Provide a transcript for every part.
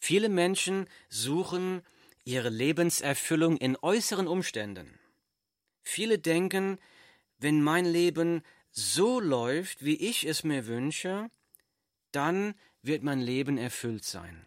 Viele Menschen suchen ihre Lebenserfüllung in äußeren Umständen. Viele denken, wenn mein Leben so läuft, wie ich es mir wünsche, dann wird mein Leben erfüllt sein.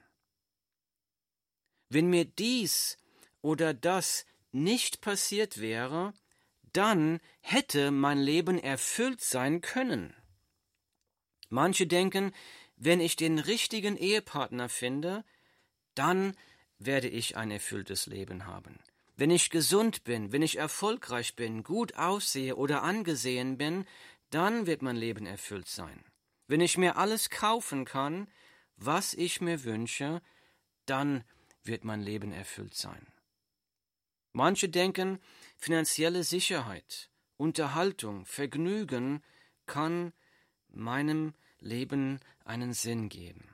Wenn mir dies oder das nicht passiert wäre, dann hätte mein Leben erfüllt sein können. Manche denken, wenn ich den richtigen Ehepartner finde, dann werde ich ein erfülltes Leben haben. Wenn ich gesund bin, wenn ich erfolgreich bin, gut aussehe oder angesehen bin, dann wird mein Leben erfüllt sein. Wenn ich mir alles kaufen kann, was ich mir wünsche, dann wird mein Leben erfüllt sein. Manche denken, finanzielle Sicherheit, Unterhaltung, Vergnügen kann meinem Leben einen Sinn geben.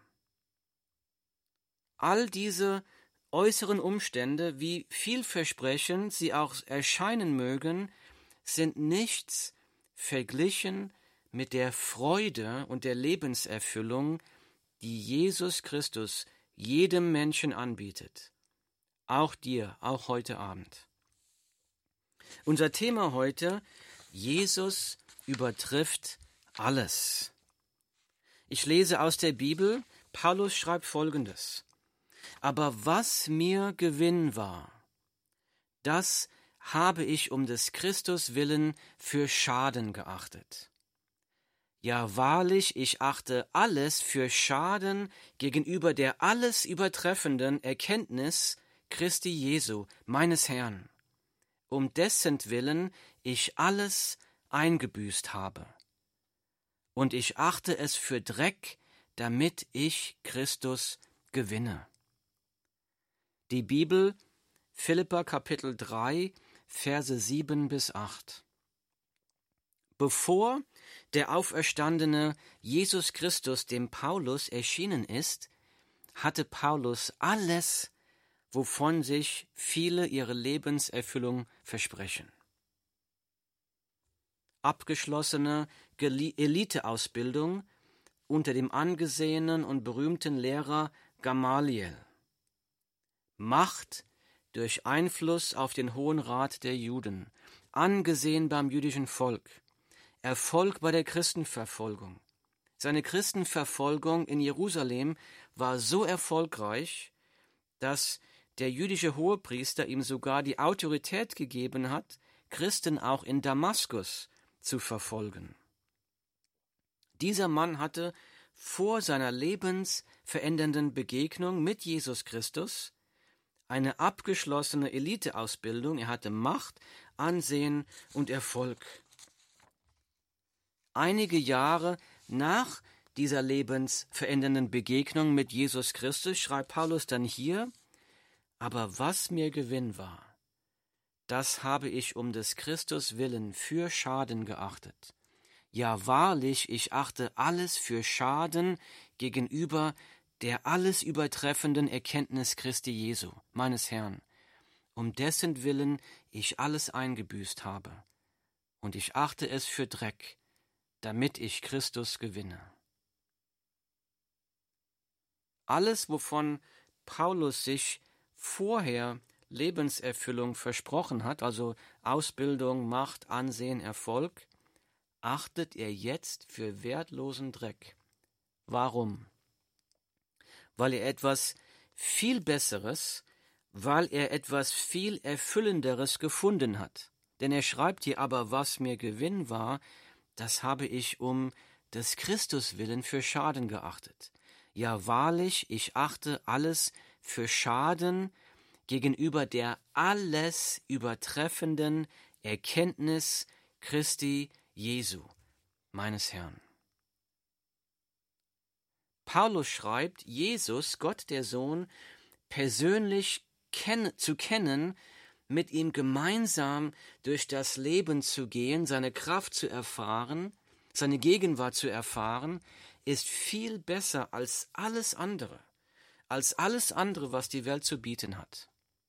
All diese äußeren Umstände, wie vielversprechend sie auch erscheinen mögen, sind nichts verglichen mit der Freude und der Lebenserfüllung, die Jesus Christus jedem Menschen anbietet. Auch dir, auch heute Abend. Unser Thema heute: Jesus übertrifft alles. Ich lese aus der Bibel, Paulus schreibt Folgendes: Aber was mir Gewinn war, das habe ich um des Christus willen für Schaden geachtet. Ja, wahrlich, ich achte alles für Schaden gegenüber der alles übertreffenden Erkenntnis Christi Jesu, meines Herrn, um dessentwillen ich alles eingebüßt habe. Und ich achte es für Dreck, damit ich Christus gewinne. Die Bibel, Philipper Kapitel 3, Verse 7 bis 8. Bevor der auferstandene Jesus Christus dem Paulus erschienen ist, hatte Paulus alles, wovon sich viele ihre Lebenserfüllung versprechen. Abgeschlossene Eliteausbildung unter dem angesehenen und berühmten Lehrer Gamaliel. Macht durch Einfluss auf den Hohen Rat der Juden, angesehen beim jüdischen Volk, Erfolg bei der Christenverfolgung. Seine Christenverfolgung in Jerusalem war so erfolgreich, dass der jüdische Hohepriester ihm sogar die Autorität gegeben hat, Christen auch in Damaskus zu verfolgen. Dieser Mann hatte vor seiner lebensverändernden Begegnung mit Jesus Christus eine abgeschlossene Eliteausbildung. Er hatte Macht, Ansehen und Erfolg. Einige Jahre nach dieser lebensverändernden Begegnung mit Jesus Christus schreibt Paulus dann hier: Aber was mir Gewinn war, das habe ich um des Christus willen für Schaden geachtet. Ja, wahrlich, ich achte alles für Schaden gegenüber der alles übertreffenden Erkenntnis Christi Jesu, meines Herrn, um dessen Willen ich alles eingebüßt habe. Und ich achte es für Dreck, damit ich Christus gewinne. Alles, wovon Paulus sich vorher Lebenserfüllung versprochen hat, also Ausbildung, Macht, Ansehen, Erfolg, achtet er jetzt für wertlosen Dreck. Warum? Weil er etwas viel Besseres, weil er etwas viel Erfüllenderes gefunden hat. Denn er schreibt hier: Aber was mir Gewinn war, das habe ich um des Christus willen für Schaden geachtet. Ja, wahrlich, ich achte alles für Schaden gegenüber der alles übertreffenden Erkenntnis Christi Jesu, meines Herrn. Paulus schreibt, Jesus, Gott der Sohn, persönlich zu kennen, mit ihm gemeinsam durch das Leben zu gehen, seine Kraft zu erfahren, seine Gegenwart zu erfahren, ist viel besser als alles andere, was die Welt zu bieten hat.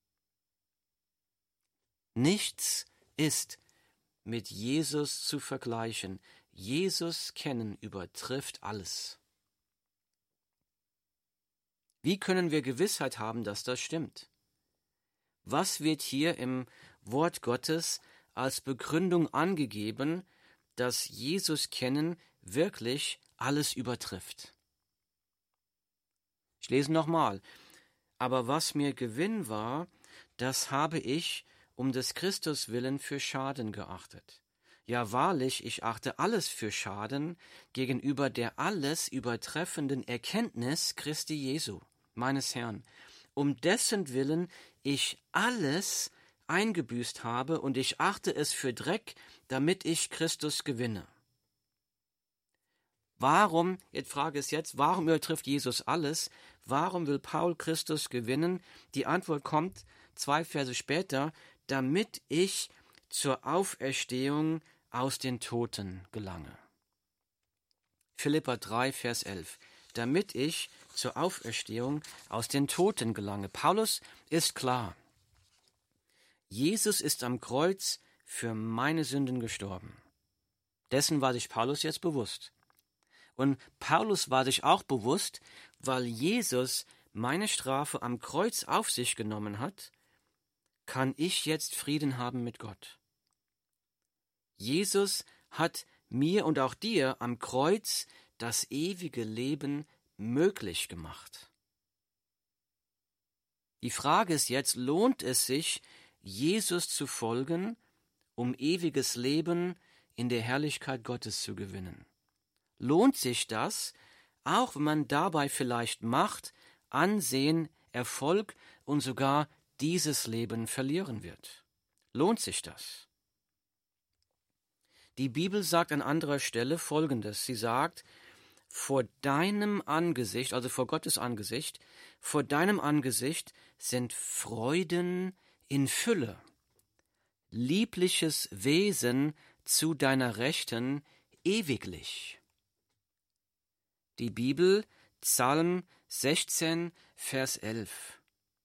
Nichts ist mit Jesus zu vergleichen. Jesus kennen übertrifft alles. Wie können wir Gewissheit haben, dass das stimmt? Was wird hier im Wort Gottes als Begründung angegeben, dass Jesus kennen wirklich alles übertrifft? Ich lese nochmal. Aber was mir Gewinn war, das habe ich um des Christus willen für Schaden geachtet. Ja wahrlich, ich achte alles für Schaden gegenüber der alles übertreffenden Erkenntnis Christi Jesu, meines Herrn, um dessen Willen ich alles eingebüßt habe, und ich achte es für Dreck, damit ich Christus gewinne. Warum, jetzt Frage ist jetzt, warum übertrifft Jesus alles? Warum will Paul Christus gewinnen? Die Antwort kommt 2 Verse später, damit ich zur Auferstehung aus den Toten gelange. Philipper 3, Vers 11. Damit ich zur Auferstehung aus den Toten gelange. Paulus ist klar. Jesus ist am Kreuz für meine Sünden gestorben. Dessen war sich Paulus jetzt bewusst. Und Paulus war sich auch bewusst, weil Jesus meine Strafe am Kreuz auf sich genommen hat, kann ich jetzt Frieden haben mit Gott. Jesus hat mir und auch dir am Kreuz das ewige Leben möglich gemacht. Die Frage ist jetzt, lohnt es sich, Jesus zu folgen, um ewiges Leben in der Herrlichkeit Gottes zu gewinnen? Lohnt sich das, auch wenn man dabei vielleicht Macht, Ansehen, Erfolg und sogar dieses Leben verlieren wird? Lohnt sich das? Die Bibel sagt an anderer Stelle Folgendes. Sie sagt, vor deinem Angesicht, also vor Gottes Angesicht, vor deinem Angesicht sind Freuden in Fülle, liebliches Wesen zu deiner Rechten ewiglich. Die Bibel, Psalm 16, Vers 11.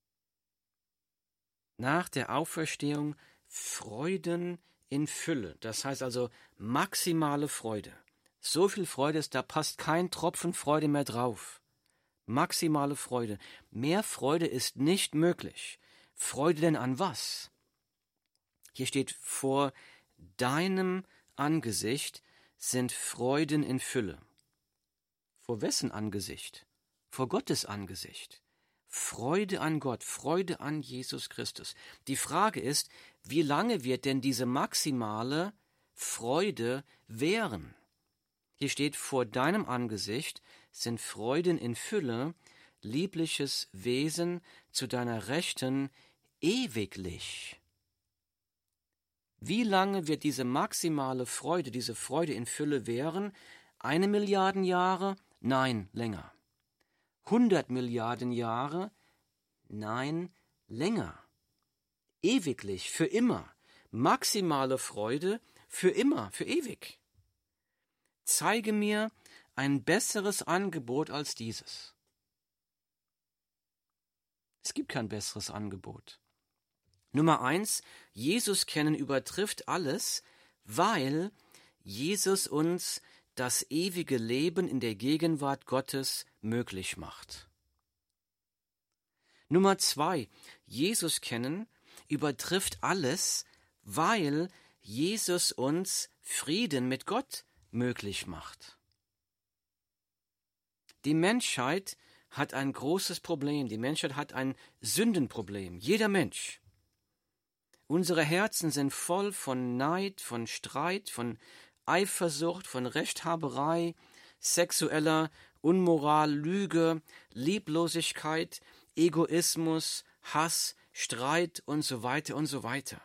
Nach der Auferstehung Freuden in Fülle, das heißt also maximale Freude. So viel Freude ist, da passt kein Tropfen Freude mehr drauf. Maximale Freude. Mehr Freude ist nicht möglich. Freude denn an was? Hier steht, vor deinem Angesicht sind Freuden in Fülle. Vor wessen Angesicht? Vor Gottes Angesicht. Freude an Gott, Freude an Jesus Christus. Die Frage ist, wie lange wird denn diese maximale Freude währen? Hier steht, vor deinem Angesicht sind Freuden in Fülle, liebliches Wesen zu deiner Rechten ewiglich. Wie lange wird diese maximale Freude, diese Freude in Fülle währen? 1 Milliarde Jahre? Nein, länger. 100 Milliarden Jahre? Nein, länger. Ewiglich, für immer. Maximale Freude, für immer, für ewig. Zeige mir ein besseres Angebot als dieses. Es gibt kein besseres Angebot. Nummer 1, Jesus kennen übertrifft alles, weil Jesus uns das ewige Leben in der Gegenwart Gottes möglich macht. Nummer 2, Jesus kennen übertrifft alles, weil Jesus uns Frieden mit Gott möglich macht. Die Menschheit hat ein großes Problem. Die Menschheit hat ein Sündenproblem. Jeder Mensch. Unsere Herzen sind voll von Neid, von Streit, von Eifersucht, von Rechthaberei, sexueller Unmoral, Lüge, Lieblosigkeit, Egoismus, Hass, Streit und so weiter und so weiter.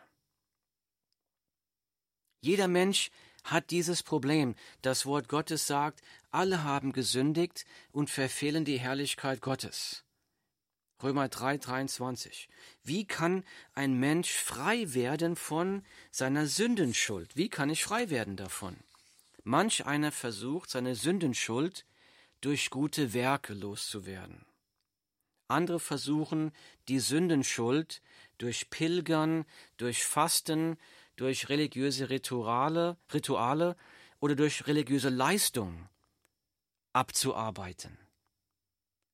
Jeder Mensch hat dieses Problem. Das Wort Gottes sagt, alle haben gesündigt und verfehlen die Herrlichkeit Gottes. Römer 3, 23. Wie kann ein Mensch frei werden von seiner Sündenschuld? Wie kann ich frei werden davon? Manch einer versucht, seine Sündenschuld durch gute Werke loszuwerden. Andere versuchen, die Sündenschuld durch Pilgern, durch Fasten, durch religiöse Rituale oder durch religiöse Leistung abzuarbeiten.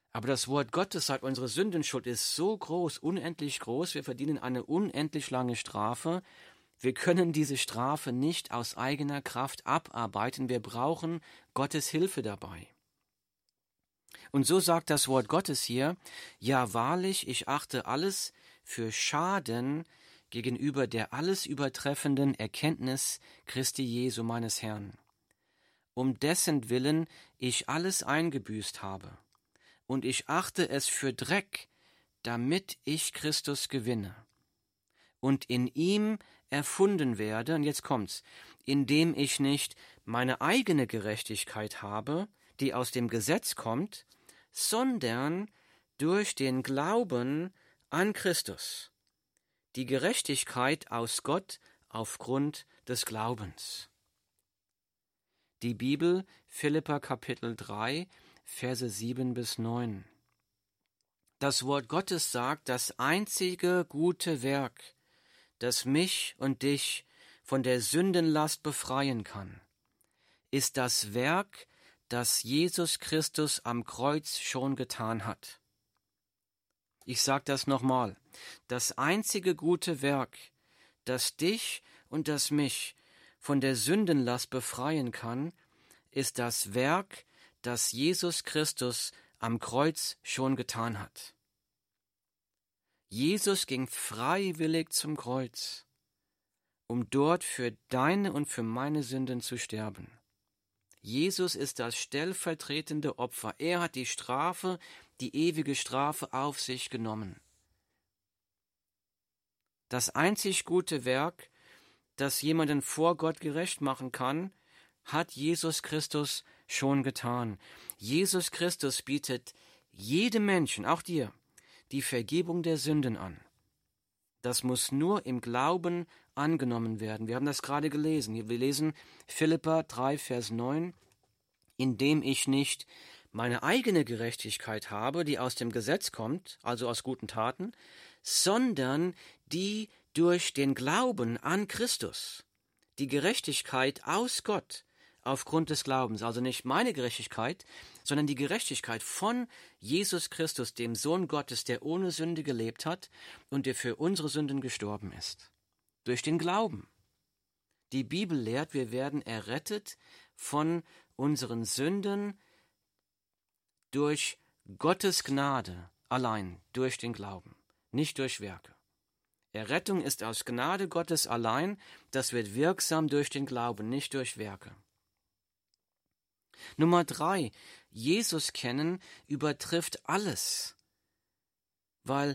Aber das Wort Gottes sagt, unsere Sündenschuld ist so groß, unendlich groß, wir verdienen eine unendlich lange Strafe. Wir können diese Strafe nicht aus eigener Kraft abarbeiten, wir brauchen Gottes Hilfe dabei. Und so sagt das Wort Gottes hier, ja wahrlich, ich achte alles für Schaden gegenüber der alles übertreffenden Erkenntnis Christi Jesu meines Herrn, um dessen Willen ich alles eingebüßt habe. Und ich achte es für Dreck, damit ich Christus gewinne und in ihm erfunden werde, und jetzt kommt's, indem ich nicht meine eigene Gerechtigkeit habe, die aus dem Gesetz kommt, sondern durch den Glauben an Christus, die Gerechtigkeit aus Gott aufgrund des Glaubens. Die Bibel, Philipper Kapitel 3, Verse 7 bis 9. Das Wort Gottes sagt, das einzige gute Werk, das mich und dich von der Sündenlast befreien kann, ist das Werk, das Jesus Christus am Kreuz schon getan hat. Ich sage das nochmal. Das einzige gute Werk, das dich und das mich von der Sündenlast befreien kann, ist das Werk, das Jesus Christus am Kreuz schon getan hat. Jesus ging freiwillig zum Kreuz, um dort für deine und für meine Sünden zu sterben. Jesus ist das stellvertretende Opfer. Er hat die Strafe, die ewige Strafe auf sich genommen. Das einzig gute Werk, das jemanden vor Gott gerecht machen kann, hat Jesus Christus schon getan. Jesus Christus bietet jedem Menschen, auch dir, die Vergebung der Sünden an. Das muss nur im Glauben angenommen werden. Wir haben das gerade gelesen. Wir lesen Philipper 3, Vers 9, indem ich nicht meine eigene Gerechtigkeit habe, die aus dem Gesetz kommt, also aus guten Taten, sondern die durch den Glauben an Christus, die Gerechtigkeit aus Gott, aufgrund des Glaubens, also nicht meine Gerechtigkeit, sondern die Gerechtigkeit von Jesus Christus, dem Sohn Gottes, der ohne Sünde gelebt hat und der für unsere Sünden gestorben ist. Durch den Glauben. Die Bibel lehrt, wir werden errettet von unseren Sünden durch Gottes Gnade, allein durch den Glauben, nicht durch Werke. Errettung ist aus Gnade Gottes allein, das wird wirksam durch den Glauben, nicht durch Werke. Nummer 3. Jesus kennen übertrifft alles, weil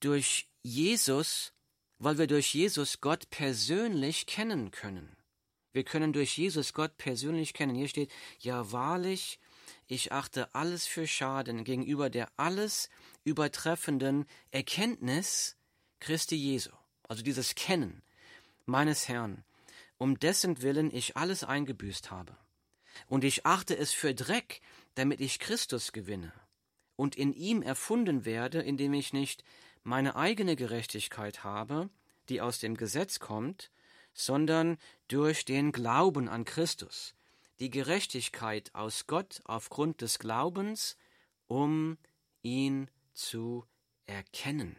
wir durch Jesus Gott persönlich kennen können. Wir können durch Jesus Gott persönlich kennen. Hier steht, ja wahrlich, ich achte alles für Schaden gegenüber der alles übertreffenden Erkenntnis Christi Jesu. Also dieses Kennen meines Herrn, um dessen Willen ich alles eingebüßt habe. Und ich achte es für Dreck, damit ich Christus gewinne und in ihm erfunden werde, indem ich nicht meine eigene Gerechtigkeit habe, die aus dem Gesetz kommt, sondern durch den Glauben an Christus, die Gerechtigkeit aus Gott aufgrund des Glaubens, um ihn zu erkennen.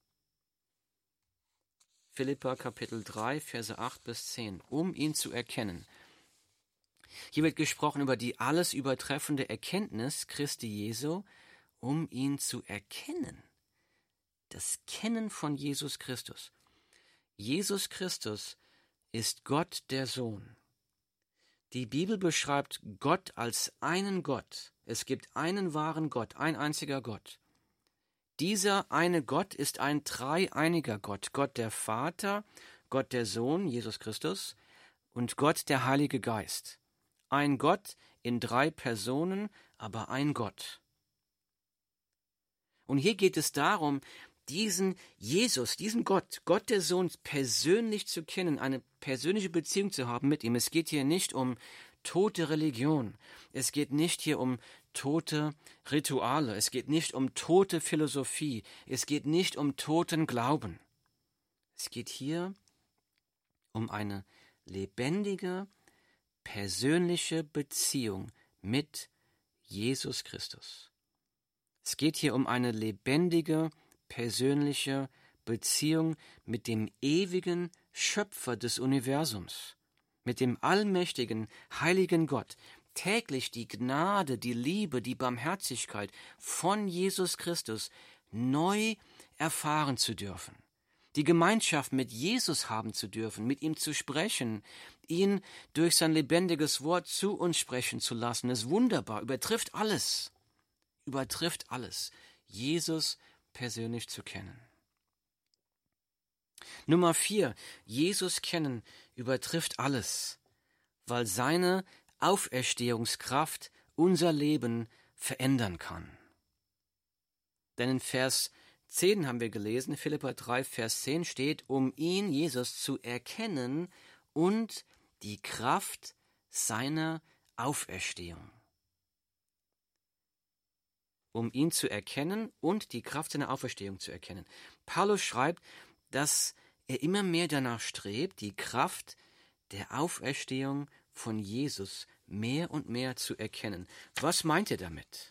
Philipper Kapitel 3, Verse 8 bis 10, um ihn zu erkennen. Hier wird gesprochen über die alles übertreffende Erkenntnis Christi Jesu, um ihn zu erkennen. Das Kennen von Jesus Christus. Jesus Christus ist Gott der Sohn. Die Bibel beschreibt Gott als einen Gott. Es gibt einen wahren Gott, ein einziger Gott. Dieser eine Gott ist ein dreieiniger Gott. Gott der Vater, Gott der Sohn, Jesus Christus, und Gott der Heilige Geist. Ein Gott in 3 Personen, aber ein Gott. Und hier geht es darum, diesen Jesus, diesen Gott, Gott der Sohn, persönlich zu kennen, eine persönliche Beziehung zu haben mit ihm. Es geht hier nicht um tote Religion. Es geht nicht hier um tote Rituale. Es geht nicht um tote Philosophie. Es geht nicht um toten Glauben. Es geht hier um eine lebendige, persönliche Beziehung mit Jesus Christus. Es geht hier um eine lebendige, persönliche Beziehung mit dem ewigen Schöpfer des Universums, mit dem allmächtigen, heiligen Gott. Täglich die Gnade, die Liebe, die Barmherzigkeit von Jesus Christus neu erfahren zu dürfen. Die Gemeinschaft mit Jesus haben zu dürfen, mit ihm zu sprechen, ihn durch sein lebendiges Wort zu uns sprechen zu lassen, ist wunderbar, übertrifft alles, Jesus persönlich zu kennen. Nummer 4, Jesus kennen übertrifft alles, weil seine Auferstehungskraft unser Leben verändern kann. Denn in Vers 10 haben wir gelesen, Philipper 3, Vers 10 steht, um ihn, Jesus, zu erkennen und die Kraft seiner Auferstehung. Um ihn zu erkennen und die Kraft seiner Auferstehung zu erkennen. Paulus schreibt, dass er immer mehr danach strebt, die Kraft der Auferstehung von Jesus mehr und mehr zu erkennen. Was meint er damit?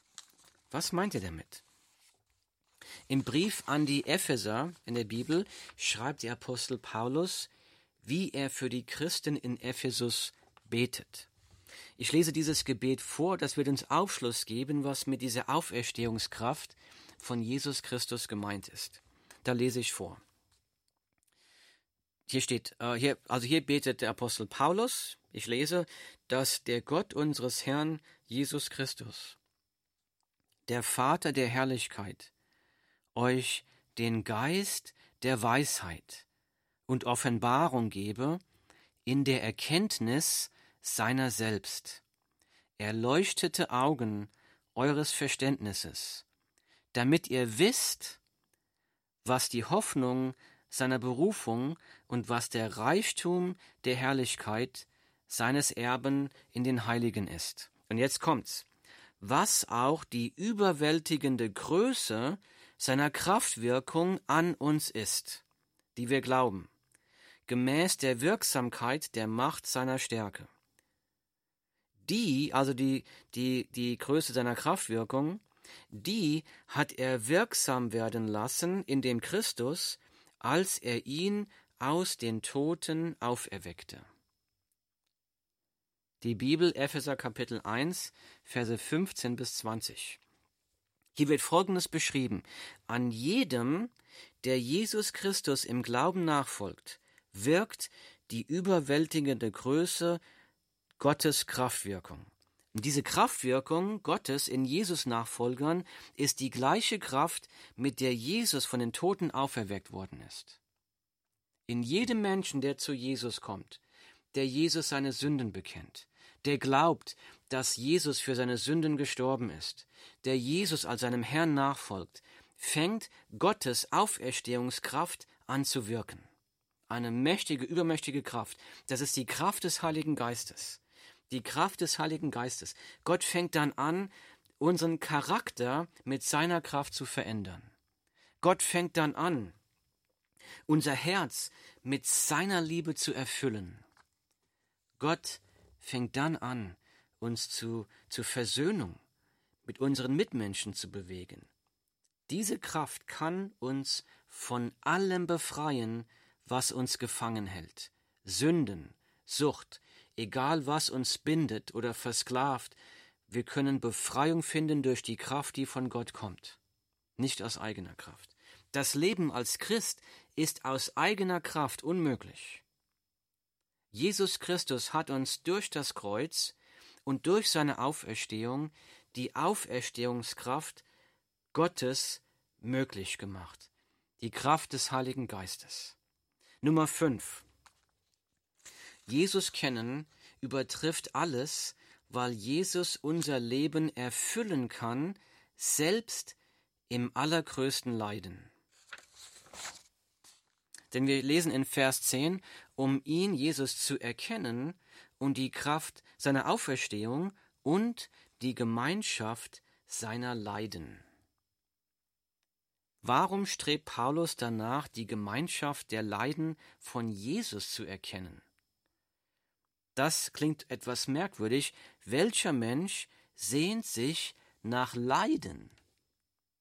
Im Brief an die Epheser in der Bibel schreibt der Apostel Paulus, wie er für die Christen in Ephesus betet. Ich lese dieses Gebet vor, das wird uns Aufschluss geben, was mit dieser Auferstehungskraft von Jesus Christus gemeint ist. Da lese ich vor. Hier betet der Apostel Paulus, ich lese, dass der Gott unseres Herrn Jesus Christus, der Vater der Herrlichkeit, euch den Geist der Weisheit und Offenbarung gebe in der Erkenntnis seiner selbst, erleuchtete Augen eures Verständnisses, damit ihr wisst, was die Hoffnung seiner Berufung und was der Reichtum der Herrlichkeit seines Erben in den Heiligen ist. Und jetzt kommt's. Was auch die überwältigende Größe seiner Kraftwirkung an uns ist, die wir glauben, gemäß der Wirksamkeit der Macht seiner Stärke. Die Größe seiner Kraftwirkung, die hat er wirksam werden lassen in dem Christus, als er ihn aus den Toten auferweckte. Die Bibel, Epheser Kapitel 1, Verse 15 bis 20. Hier wird Folgendes beschrieben. An jedem, der Jesus Christus im Glauben nachfolgt, wirkt die überwältigende Größe Gottes Kraftwirkung. Und diese Kraftwirkung Gottes in Jesus-Nachfolgern ist die gleiche Kraft, mit der Jesus von den Toten auferweckt worden ist. In jedem Menschen, der zu Jesus kommt, der Jesus seine Sünden bekennt, der glaubt, dass Jesus für seine Sünden gestorben ist, der Jesus als seinem Herrn nachfolgt, fängt Gottes Auferstehungskraft an zu wirken. Eine mächtige, übermächtige Kraft. Das ist die Kraft des Heiligen Geistes. Die Kraft des Heiligen Geistes. Gott fängt dann an, unseren Charakter mit seiner Kraft zu verändern. Gott fängt dann an, unser Herz mit seiner Liebe zu erfüllen. Gott fängt dann an, uns zur Versöhnung mit unseren Mitmenschen zu bewegen. Diese Kraft kann uns von allem befreien, was uns gefangen hält. Sünden, Sucht, egal was uns bindet oder versklavt, wir können Befreiung finden durch die Kraft, die von Gott kommt, nicht aus eigener Kraft. Das Leben als Christ ist aus eigener Kraft unmöglich. Jesus Christus hat uns durch das Kreuz und durch seine Auferstehung die Auferstehungskraft Gottes möglich gemacht. Die Kraft des Heiligen Geistes. Nummer 5. Jesus kennen übertrifft alles, weil Jesus unser Leben erfüllen kann, selbst im allergrößten Leiden. Denn wir lesen in Vers 10, um ihn, Jesus, zu erkennen und die Kraft seiner Auferstehung und die Gemeinschaft seiner Leiden. Warum strebt Paulus danach, die Gemeinschaft der Leiden von Jesus zu erkennen? Das klingt etwas merkwürdig. Welcher Mensch sehnt sich nach Leiden?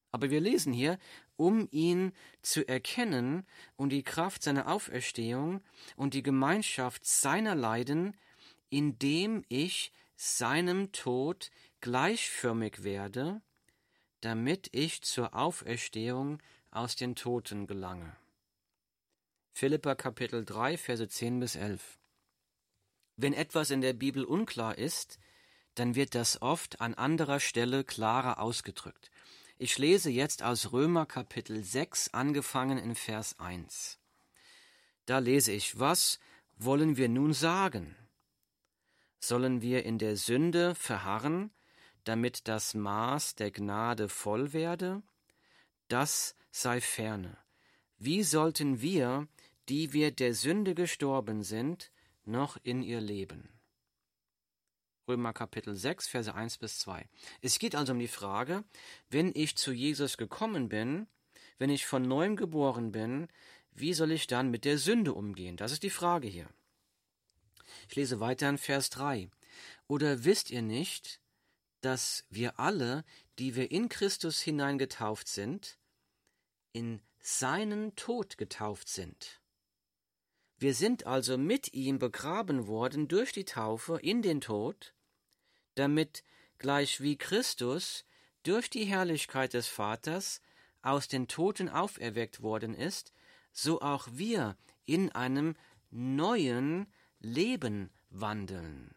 Aber wir lesen hier, um ihn zu erkennen und die Kraft seiner Auferstehung und die Gemeinschaft seiner Leiden, indem ich seinem Tod gleichförmig werde, damit ich zur Auferstehung aus den Toten gelange. Philipper Kapitel 3, Verse 10 bis 11. Wenn etwas in der Bibel unklar ist, dann wird das oft an anderer Stelle klarer ausgedrückt. Ich lese jetzt aus Römer Kapitel 6, angefangen in Vers 1. Da lese ich, was wollen wir nun sagen? Sollen wir in der Sünde verharren, damit das Maß der Gnade voll werde? Das sei ferne. Wie sollten wir, die wir der Sünde gestorben sind, noch in ihr leben? Römer Kapitel 6, Verse 1 bis 2. Es geht also um die Frage, wenn ich zu Jesus gekommen bin, wenn ich von neuem geboren bin, wie soll ich dann mit der Sünde umgehen? Das ist die Frage hier. Ich lese weiter in Vers 3. Oder wisst ihr nicht, dass wir alle, die wir in Christus hineingetauft sind, in seinen Tod getauft sind? Wir sind also mit ihm begraben worden durch die Taufe in den Tod, damit gleich wie Christus durch die Herrlichkeit des Vaters aus den Toten auferweckt worden ist, so auch wir in einem neuen Leben wandeln.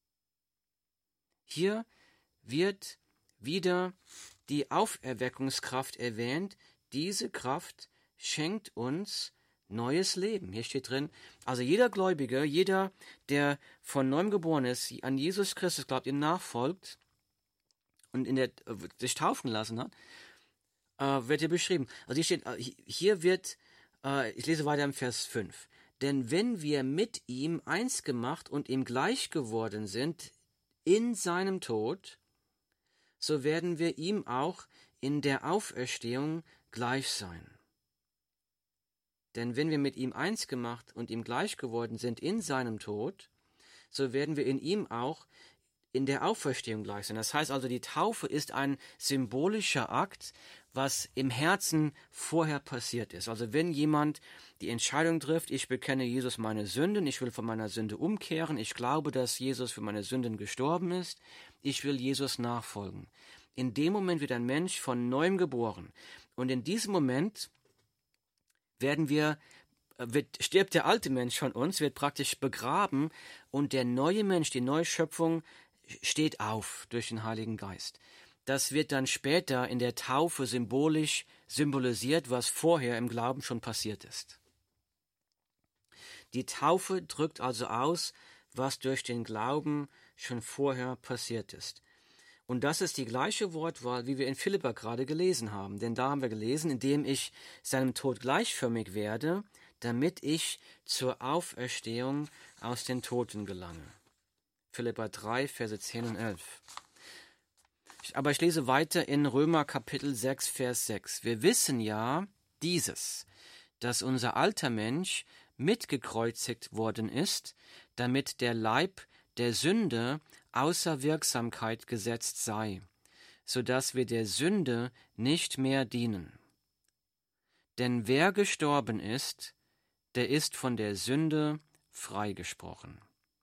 Hier wird wieder die Auferweckungskraft erwähnt. Diese Kraft schenkt uns neues Leben. Hier steht drin, also jeder Gläubige, jeder, der von neuem geboren ist, an Jesus Christus glaubt, ihm nachfolgt und sich taufen lassen hat, wird hier beschrieben. Also hier wird, ich lese weiter im Vers 5, denn wenn wir mit ihm eins gemacht und ihm gleich geworden sind in seinem Tod, so werden wir ihm auch in der Auferstehung gleich sein. Denn wenn wir mit ihm eins gemacht und ihm gleich geworden sind in seinem Tod, so werden wir in ihm auch in der Auferstehung gleich sein. Das heißt also, die Taufe ist ein symbolischer Akt, was im Herzen vorher passiert ist. Also wenn jemand die Entscheidung trifft, ich bekenne Jesus meine Sünden, ich will von meiner Sünde umkehren, ich glaube, dass Jesus für meine Sünden gestorben ist, ich will Jesus nachfolgen. In dem Moment wird ein Mensch von neuem geboren. Und in diesem Moment stirbt der alte Mensch von uns, wird praktisch begraben und der neue Mensch, die neue Schöpfung, steht auf durch den Heiligen Geist. Das wird dann später in der Taufe symbolisch symbolisiert, was vorher im Glauben schon passiert ist. Die Taufe drückt also aus, was durch den Glauben schon vorher passiert ist. Und das ist die gleiche Wortwahl, wie wir in Philipper gerade gelesen haben. Denn da haben wir gelesen, indem ich seinem Tod gleichförmig werde, damit ich zur Auferstehung aus den Toten gelange. Philipper 3, Verse 10 und 11. Aber ich lese weiter in Römer Kapitel 6, Vers 6. Wir wissen ja dieses, dass unser alter Mensch mitgekreuzigt worden ist, damit der Leib der Sünde außer Wirksamkeit gesetzt sei, so dass wir der Sünde nicht mehr dienen. Denn wer gestorben ist, der ist von der Sünde freigesprochen.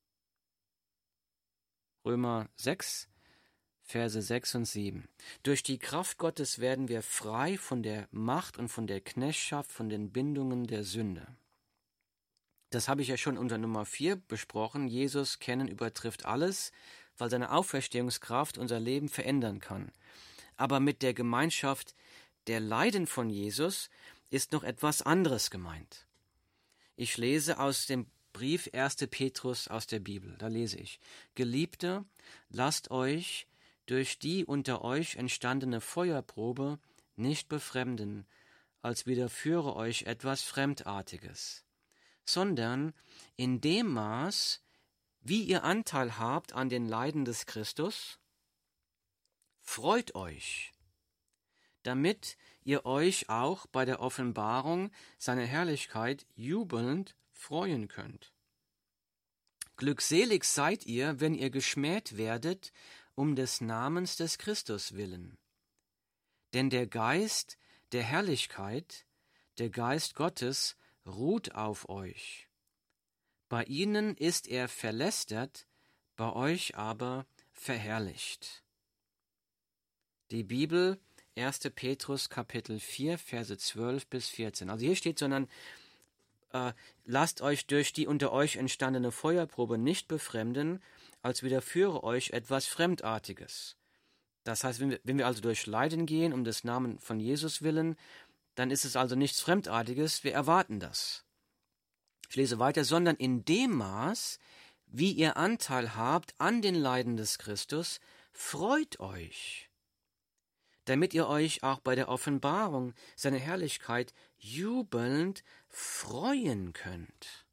Römer 6, Verse 6 und 7. Durch die Kraft Gottes werden wir frei von der Macht und von der Knechtschaft, von den Bindungen der Sünde. Das habe ich ja schon unter Nummer 4 besprochen. Jesus kennen übertrifft alles, weil seine Auferstehungskraft unser Leben verändern kann. Aber mit der Gemeinschaft der Leiden von Jesus ist noch etwas anderes gemeint. Ich lese aus dem Brief 1. Petrus aus der Bibel. Da lese ich: Geliebte, lasst euch durch die unter euch entstandene Feuerprobe nicht befremden, als widerführe euch etwas Fremdartiges, sondern in dem Maß, wie ihr Anteil habt an den Leiden des Christus, freut euch, damit ihr euch auch bei der Offenbarung seiner Herrlichkeit jubelnd freuen könnt. Glückselig seid ihr, wenn ihr geschmäht werdet, um des Namens des Christus willen. Denn der Geist der Herrlichkeit, der Geist Gottes, ruht auf euch. Bei ihnen ist er verlästert, bei euch aber verherrlicht. Die Bibel, 1. Petrus Kapitel 4, Verse 12 bis 14. Also hier steht, sondern lasst euch durch die unter euch entstandene Feuerprobe nicht befremden, als widerführe euch etwas Fremdartiges. Das heißt, wenn wir also durch Leiden gehen, um des Namen von Jesus willen, dann ist es also nichts Fremdartiges, wir erwarten das. Ich lese weiter, sondern in dem Maß, wie ihr Anteil habt an den Leiden des Christus, freut euch, damit ihr euch auch bei der Offenbarung seiner Herrlichkeit jubelnd freuen könnt.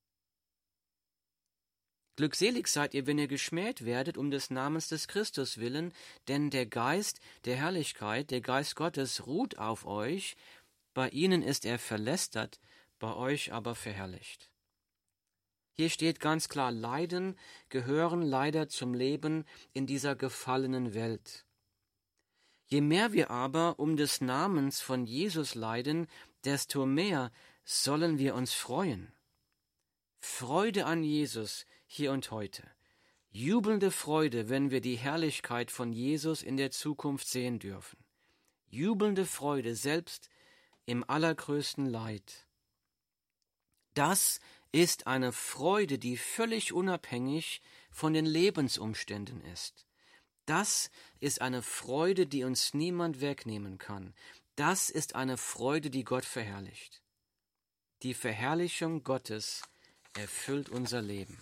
Glückselig seid ihr, wenn ihr geschmäht werdet, um des Namens des Christus willen, denn der Geist der Herrlichkeit, der Geist Gottes, ruht auf euch, bei ihnen ist er verlästert, bei euch aber verherrlicht. Hier steht ganz klar, Leiden gehören leider zum Leben in dieser gefallenen Welt. Je mehr wir aber um des Namens von Jesus leiden, desto mehr sollen wir uns freuen. Freude an Jesus hier und heute. Jubelnde Freude, wenn wir die Herrlichkeit von Jesus in der Zukunft sehen dürfen. Jubelnde Freude selbst im allergrößten Leid. Das ist eine Freude, die völlig unabhängig von den Lebensumständen ist. Das ist eine Freude, die uns niemand wegnehmen kann. Das ist eine Freude, die Gott verherrlicht. Die Verherrlichung Gottes erfüllt unser Leben.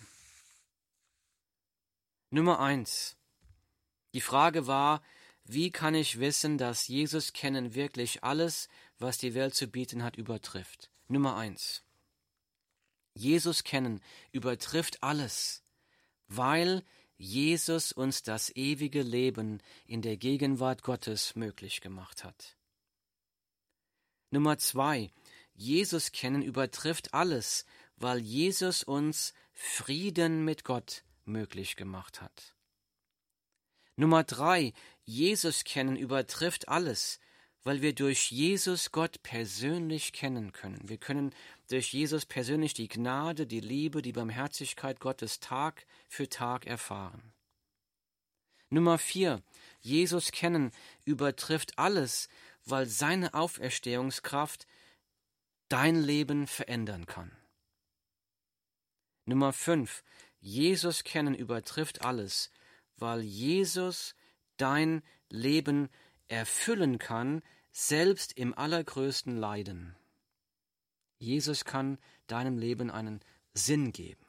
Nummer 1. Die Frage war, wie kann ich wissen, dass Jesus kennen wirklich alles, was die Welt zu bieten hat, übertrifft? Nummer 1. Jesus kennen übertrifft alles, weil Jesus uns das ewige Leben in der Gegenwart Gottes möglich gemacht hat. Nummer 2. Jesus kennen übertrifft alles, weil Jesus uns Frieden mit Gott möglich gemacht hat. Nummer 3. Jesus kennen übertrifft alles, weil wir durch Jesus Gott persönlich kennen können. Wir können durch Jesus persönlich die Gnade, die Liebe, die Barmherzigkeit Gottes Tag für Tag erfahren. Nummer 4. Jesus kennen übertrifft alles, weil seine Auferstehungskraft dein Leben verändern kann. Nummer 5. Jesus kennen übertrifft alles, weil Jesus dein Leben erfüllen kann, selbst im allergrößten Leiden. Jesus kann deinem Leben einen Sinn geben.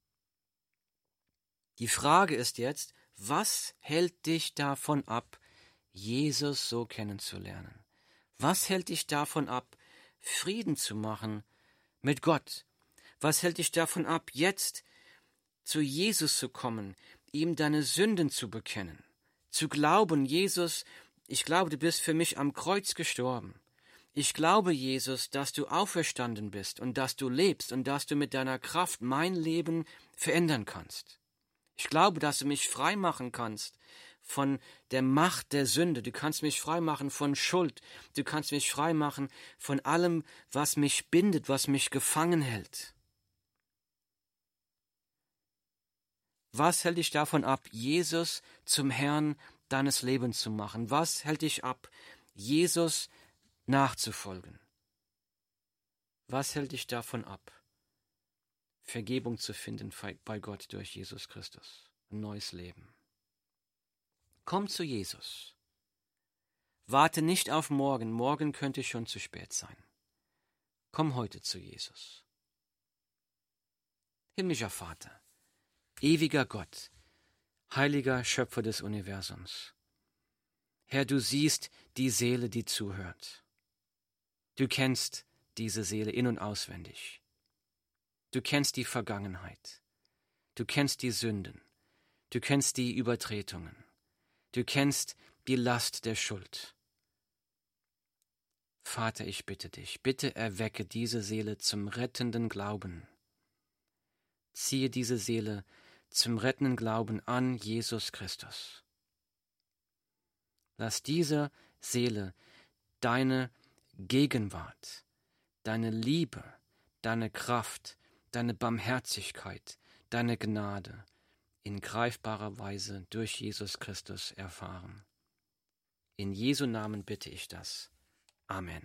Die Frage ist jetzt, was hält dich davon ab, Jesus so kennenzulernen? Was hält dich davon ab, Frieden zu machen mit Gott? Was hält dich davon ab, jetzt zu Jesus zu kommen, ihm deine Sünden zu bekennen, zu glauben, Jesus, ich glaube, du bist für mich am Kreuz gestorben. Ich glaube, Jesus, dass du auferstanden bist und dass du lebst und dass du mit deiner Kraft mein Leben verändern kannst. Ich glaube, dass du mich frei machen kannst von der Macht der Sünde. Du kannst mich frei machen von Schuld. Du kannst mich frei machen von allem, was mich bindet, was mich gefangen hält. Was hält dich davon ab, Jesus zum Herrn deines Lebens zu machen? Was hält dich ab, Jesus nachzufolgen? Was hält dich davon ab, Vergebung zu finden bei Gott durch Jesus Christus? Ein neues Leben. Komm zu Jesus. Warte nicht auf morgen. Morgen könnte schon zu spät sein. Komm heute zu Jesus. Himmlischer Vater, ewiger Gott, heiliger Schöpfer des Universums. Herr, du siehst die Seele, die zuhört. Du kennst diese Seele in- und auswendig. Du kennst die Vergangenheit. Du kennst die Sünden. Du kennst die Übertretungen. Du kennst die Last der Schuld. Vater, ich bitte dich, bitte erwecke diese Seele zum rettenden Glauben. Ziehe diese Seele zum rettenden Glauben an Jesus Christus. Lass dieser Seele deine Gegenwart, deine Liebe, deine Kraft, deine Barmherzigkeit, deine Gnade in greifbarer Weise durch Jesus Christus erfahren. In Jesu Namen bitte ich das. Amen.